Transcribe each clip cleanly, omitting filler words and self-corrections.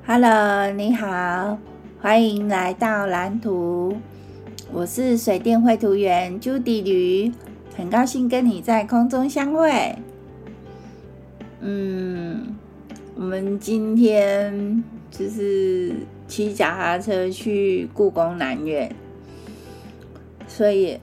Hello， 你好，欢迎来到蓝图。我是水电绘图员 Judy 吕，很高兴跟你在空中相会。我们今天就是骑脚踏车去故宫南院，所以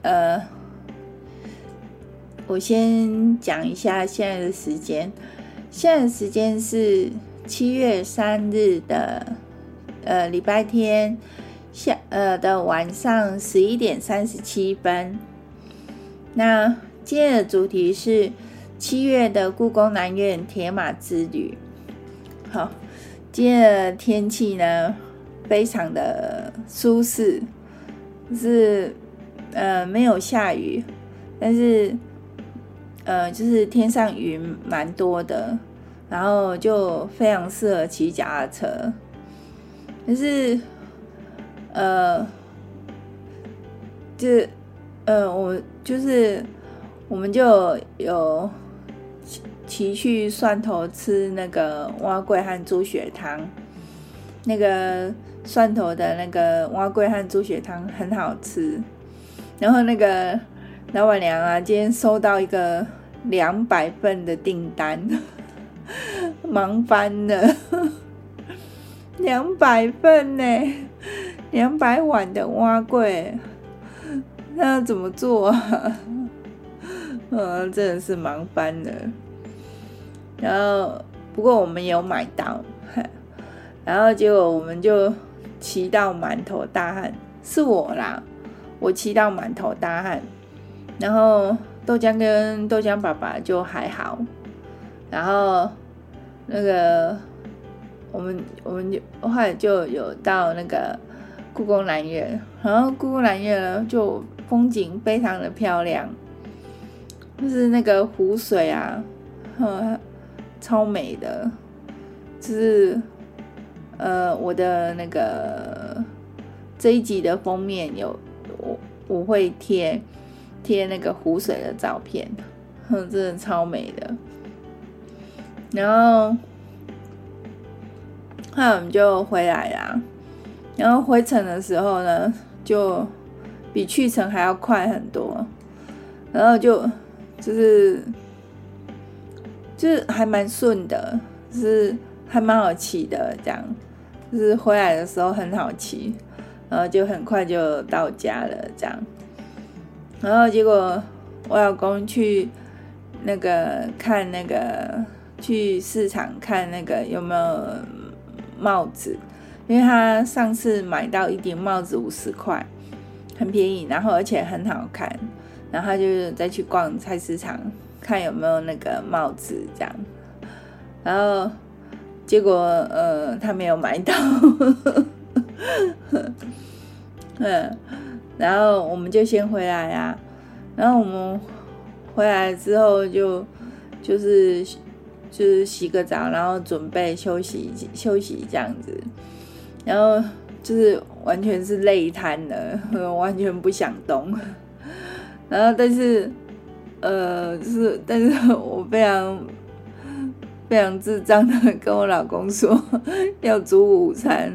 我先讲一下现在的时间。现在的时间是7月3日的礼拜天的晚上11点37分。那今天的主题是7月的故宫南院铁马之旅。好，今天的天气呢非常的舒适，就是没有下雨，但是就是天上云蛮多的，然后就非常适合骑脚踏车。可是我们就有骑去蒜头吃那个碗粿和猪血汤，那个蒜头的那个碗粿和猪血汤很好吃。然后那个老板娘啊，今天收到一个200份的订单，忙翻了，200份呢，200碗的碗粿，那要怎么做啊？真的是忙翻了。然后不过我们有买到，然后结果我们就骑到满头大汗，是我啦，我骑到满头大汗。然后豆浆跟豆浆爸爸就还好，然后那个我们就后来就有到那个故宫南院，然后故宫南院呢就风景非常的漂亮，就是那个湖水啊，超美的，就是我的那个这一集的封面我会贴那个湖水的照片，真的超美的。然后后来我们就回来啦，然后回程的时候呢，就比去程还要快很多，然后就是还蛮顺的，就是还蛮好骑的，这样就是回来的时候很好骑，然后就很快就到家了，这样。然后结果我老公去那个看那个去市场看那个有没有帽子，因为他上次买到一顶帽子50块，很便宜，然后而且很好看，然后他就再去逛菜市场看有没有那个帽子这样，然后结果他没有买到然后我们就先回来啊，然后我们回来之后就是洗个澡，然后准备休息这样子，然后就是完全是累瘫了，完全不想动，然后但是我非常智障的跟我老公说要煮午餐，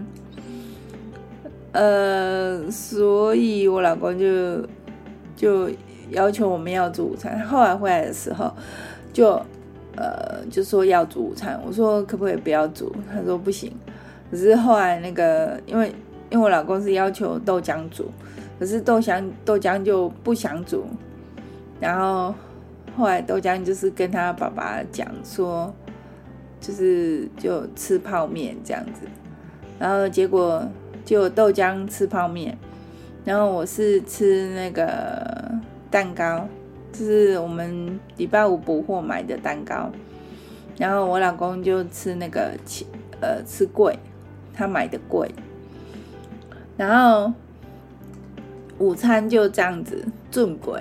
所以我老公就要求我们要煮午餐。后来回来的时候就说要煮午餐，我说可不可以不要煮，他说不行。可是后来那个因为我老公是要求豆浆煮，可是豆浆就不想煮，然后后来豆浆就是跟他爸爸讲说就吃泡面这样子，然后结果就豆浆吃泡面，然后我是吃那个蛋糕，就是我们礼拜五补货买的蛋糕，然后我老公就吃那个吃粿，他买的粿，然后午餐就这样子准粿。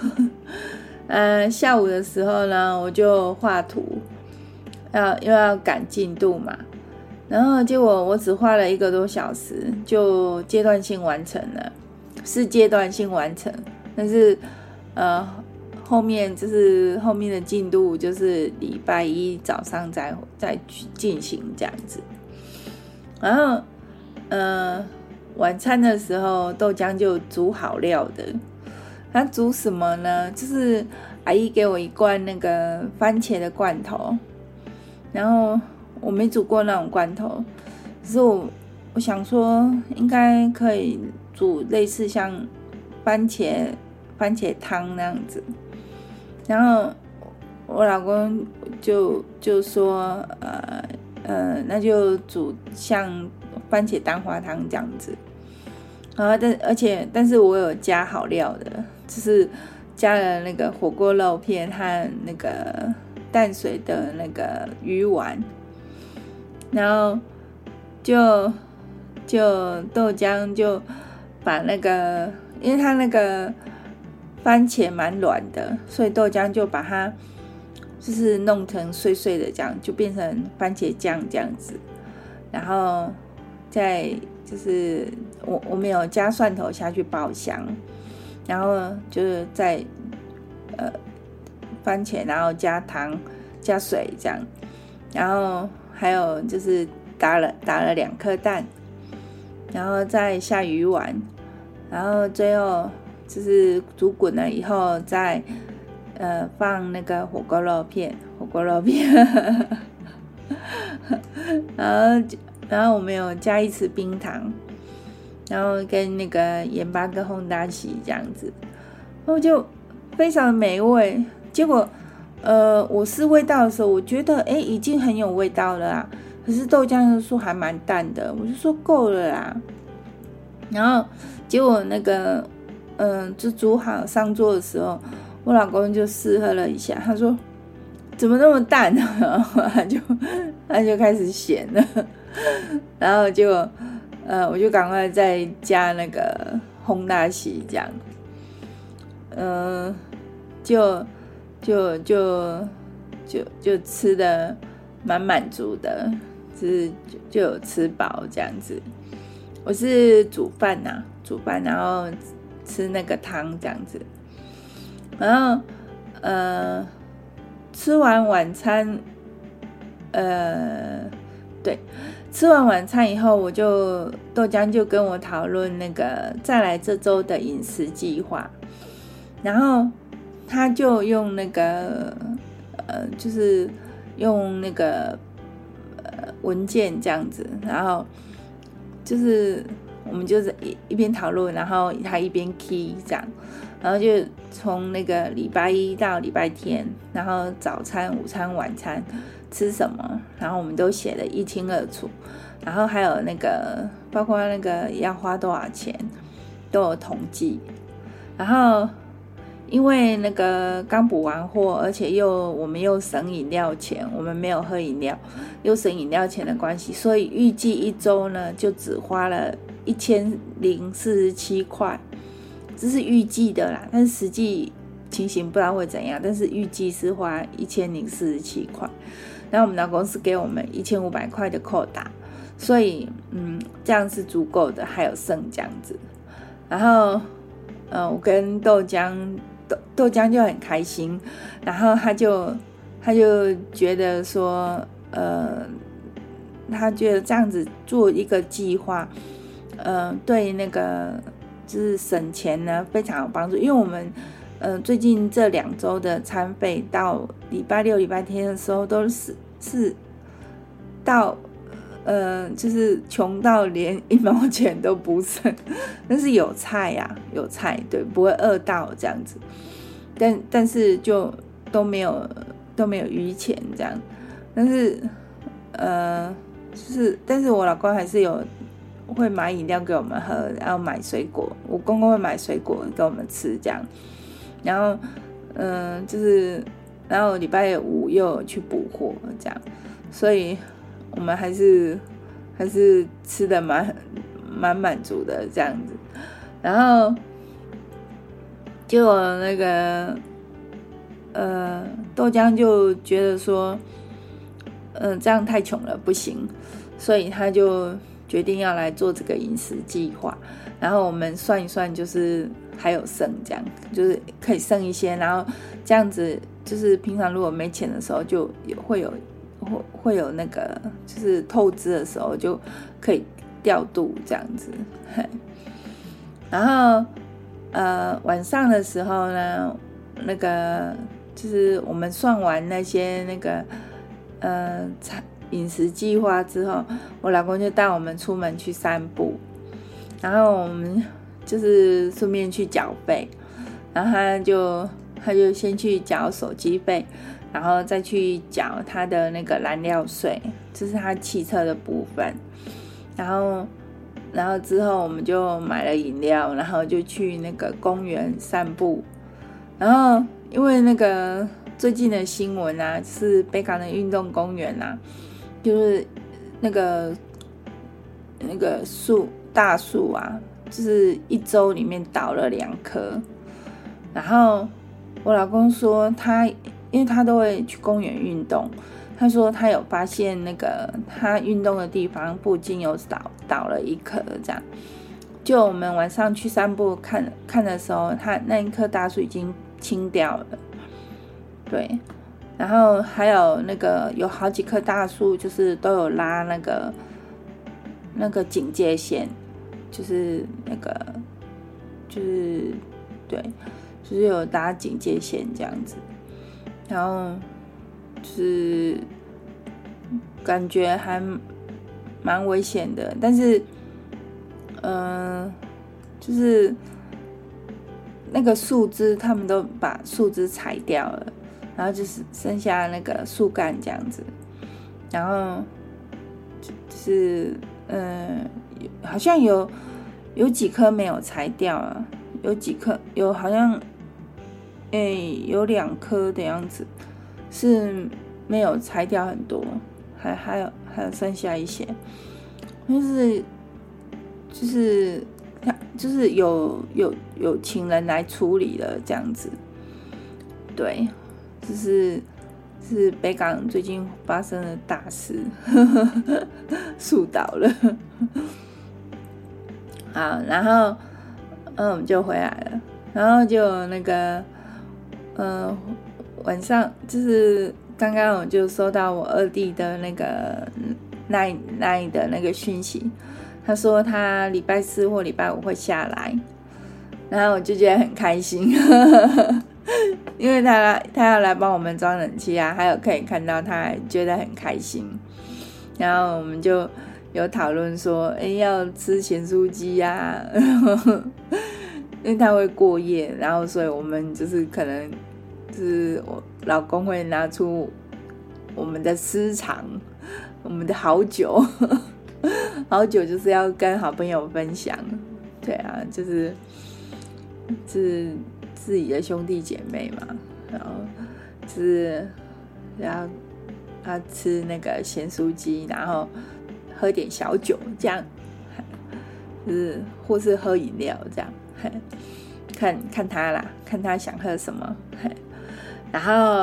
下午的时候呢，我就画图，又要赶进度嘛，然后结果我只花了1个多小时就阶段性完成了，是阶段性完成，但是后面的进度就是礼拜一早上再进行这样子。 然后晚餐的时候豆浆就煮好料的。它煮什么呢？就是阿姨给我一罐那个番茄的罐头，然后我没煮过那种罐头，可是我想说应该可以煮类似像番茄汤那样子。然后我老公就说那就煮像番茄蛋花汤这样子。但是我有加好料的，就是加了那个火锅肉片和那个淡水的那个鱼丸，然后就豆浆就把那个，因为它那个番茄蛮软的，所以豆浆就把它就是弄成碎碎的，这样就变成番茄酱这样子，然后再就是我们有加蒜头下去爆香，然后就是在番茄，然后加糖加水这样，然后还有就是打了2颗蛋，然后再下鱼丸，然后最后就是煮滚了以后再放那个火锅肉片然后我们有加1匙冰糖，然后跟那个盐巴跟红大喜这样子，然后就非常的美味。结果我试味道的时候，我觉得已经很有味道了啦，可是豆浆说还蛮淡的，我就说够了啦。然后结果那个就煮好上桌的时候，我老公就试喝了一下，他说怎么那么淡呢？然后他就开始咸了，然后我就赶快再加那个红大喜这样，就吃的蛮满足的，就有吃饱这样子。我是煮饭然后吃那个汤这样子，然后吃完晚餐吃完晚餐以后，豆浆就跟我讨论那个再来这周的饮食计划，然后他就用那个就是用那个文件这样子，然后就是我们就是一边讨论，然后他一边 key 这样，然后就从那个礼拜一到礼拜天，然后早餐、午餐、晚餐吃什么，然后我们都写得一清二楚，然后还有那个包括那个要花多少钱都有统计。然后因为那个刚补完货，而且我们又省饮料钱，我们没有喝饮料，又省饮料钱的关系，所以预计一周呢就只花了1047块，这是预计的啦，但是实际情形不知道会怎样，但是预计是花1047块，然后我们老公是给我们1500块的扣打，所以这样是足够的，还有剩这样子。然后我跟豆浆就很开心，然后他就觉得说他觉得这样子做一个计划对那个就是省钱呢非常有帮助，因为我们最近这2周的餐费到礼拜六礼拜天的时候都是到就是穷到连1毛钱都不剩，但是有菜啊，有菜，对，不会饿到这样子，但是就都没有余钱这样，但是但是我老公还是会买饮料给我们喝，然后买水果，我公公会买水果给我们吃这样，然后然后礼拜5又有去补货这样，所以我们还是吃的蛮满足的这样子。然后结果那个豆浆就觉得说这样太穷了不行，所以他就决定要来做这个饮食计划。然后我们算一算，就是还有剩这样，就是可以剩一些，然后这样子就是平常如果没钱的时候就会会有那个就是透支的时候就可以调度这样子。然后晚上的时候呢，那个就是我们算完那些那个饮食计划之后，我老公就带我们出门去散步，然后我们就是顺便去缴费，然后他就先去缴手机费，然后再去缴他的那个燃料税，这是他汽车的部分。然后之后我们就买了饮料，然后就去那个公园散步。然后因为那个最近的新闻啊，是北港的运动公园啊，就是那个大树啊，就是1周里面倒了2棵。然后我老公说因为他都会去公园运动，他说他有发现那个他运动的地方附近有倒了1棵这样。就我们晚上去散步看的时候，他那1棵大树已经清掉了，对。然后还有那个有好几棵大树，就是都有拉那个警戒线，就是对，就是有拉警戒线这样子。然后就是感觉还蛮危险的，但是就是那个树枝他们都把树枝裁掉了，然后就是剩下那个树干这样子。然后就是好像有几棵没有裁掉啊，有几棵好像有2棵的样子是没有裁掉很多，还有剩下一些，就是有请人来处理了这样子。对，是北港最近发生的大事，树倒了。好，然后我们就回来了，然后就那个晚上就是刚刚我就收到我2弟的那个赖的那个讯息，他说他礼拜4或礼拜5会下来，然后我就觉得很开心，因为他要来帮我们装冷气啊，还有可以看到他，觉得很开心。然后我们就有讨论说，要吃咸酥鸡啊，因为他会过夜，然后所以我们就是可能就是我老公会拿出我们的私藏，我们的好酒，好酒就是要跟好朋友分享，对啊，就是自己的兄弟姐妹嘛，然后就是要吃那个咸酥鸡，然后喝点小酒这样，就是或是喝饮料这样，看他啦，看他想喝什么，然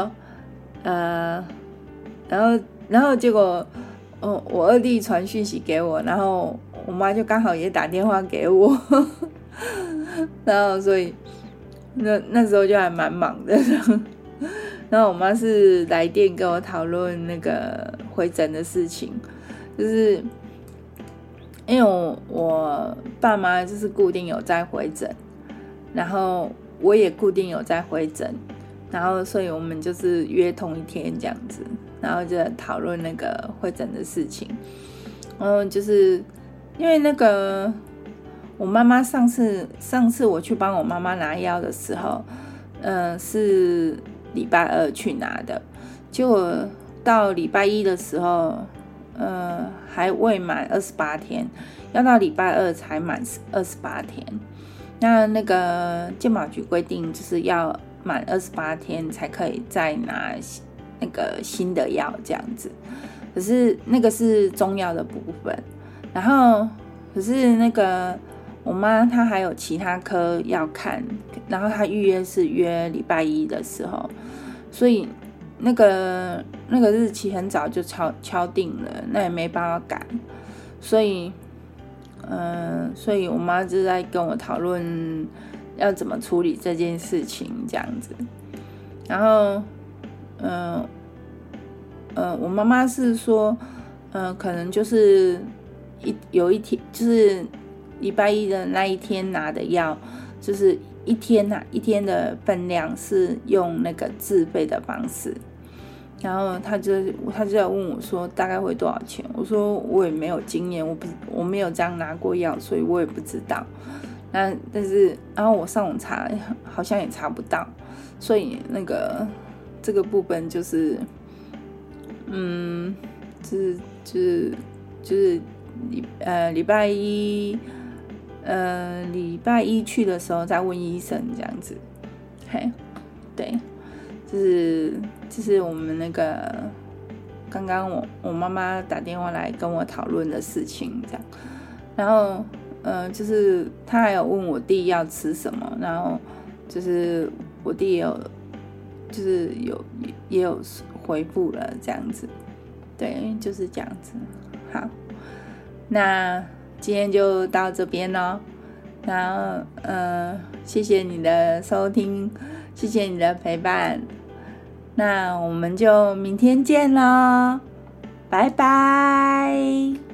后结果我2弟传讯息给我，然后我妈就刚好也打电话给我，然后所以那时候就还蛮忙的。然后我妈是来电跟我讨论那个回诊的事情，就是因为我爸妈就是固定有在回诊，然后我也固定有在回诊，然后所以我们就是约同一天这样子，然后就讨论那个回诊的事情。然后就是因为那个我妈妈上次我去帮我妈妈拿药的时候，是礼拜2去拿的，结果到礼拜1的时候，还未满28天，要到礼拜2才满28天。那个健保局规定就是要满28天才可以再拿那个新的药这样子，可是那个是中药的部分，然后可是那个我妈她还有其他科要看，然后她预约是约礼拜1的时候，所以那个日期很早就敲定了，那也没办法改，所以我妈就在跟我讨论要怎么处理这件事情这样子。然后我妈妈是说，可能就是有一天，就是礼拜一的那一天拿的药，就是一天的分量是用那个自费的方式。然后他就要问我说大概会多少钱，我说我也没有经验，我没有这样拿过药，所以我也不知道。但是然后我上网查，好像也查不到，所以这个部分就是礼拜一去的时候再问医生这样子。嘿，对，就是我们刚刚我妈妈打电话来跟我讨论的事情这样。然后就是她还有问我弟要吃什么，然后就是我弟也有回复了这样子。对，就是这样子。好，那今天就到这边咯。然后谢谢你的收听，谢谢你的陪伴，那我们就明天见咯，拜拜。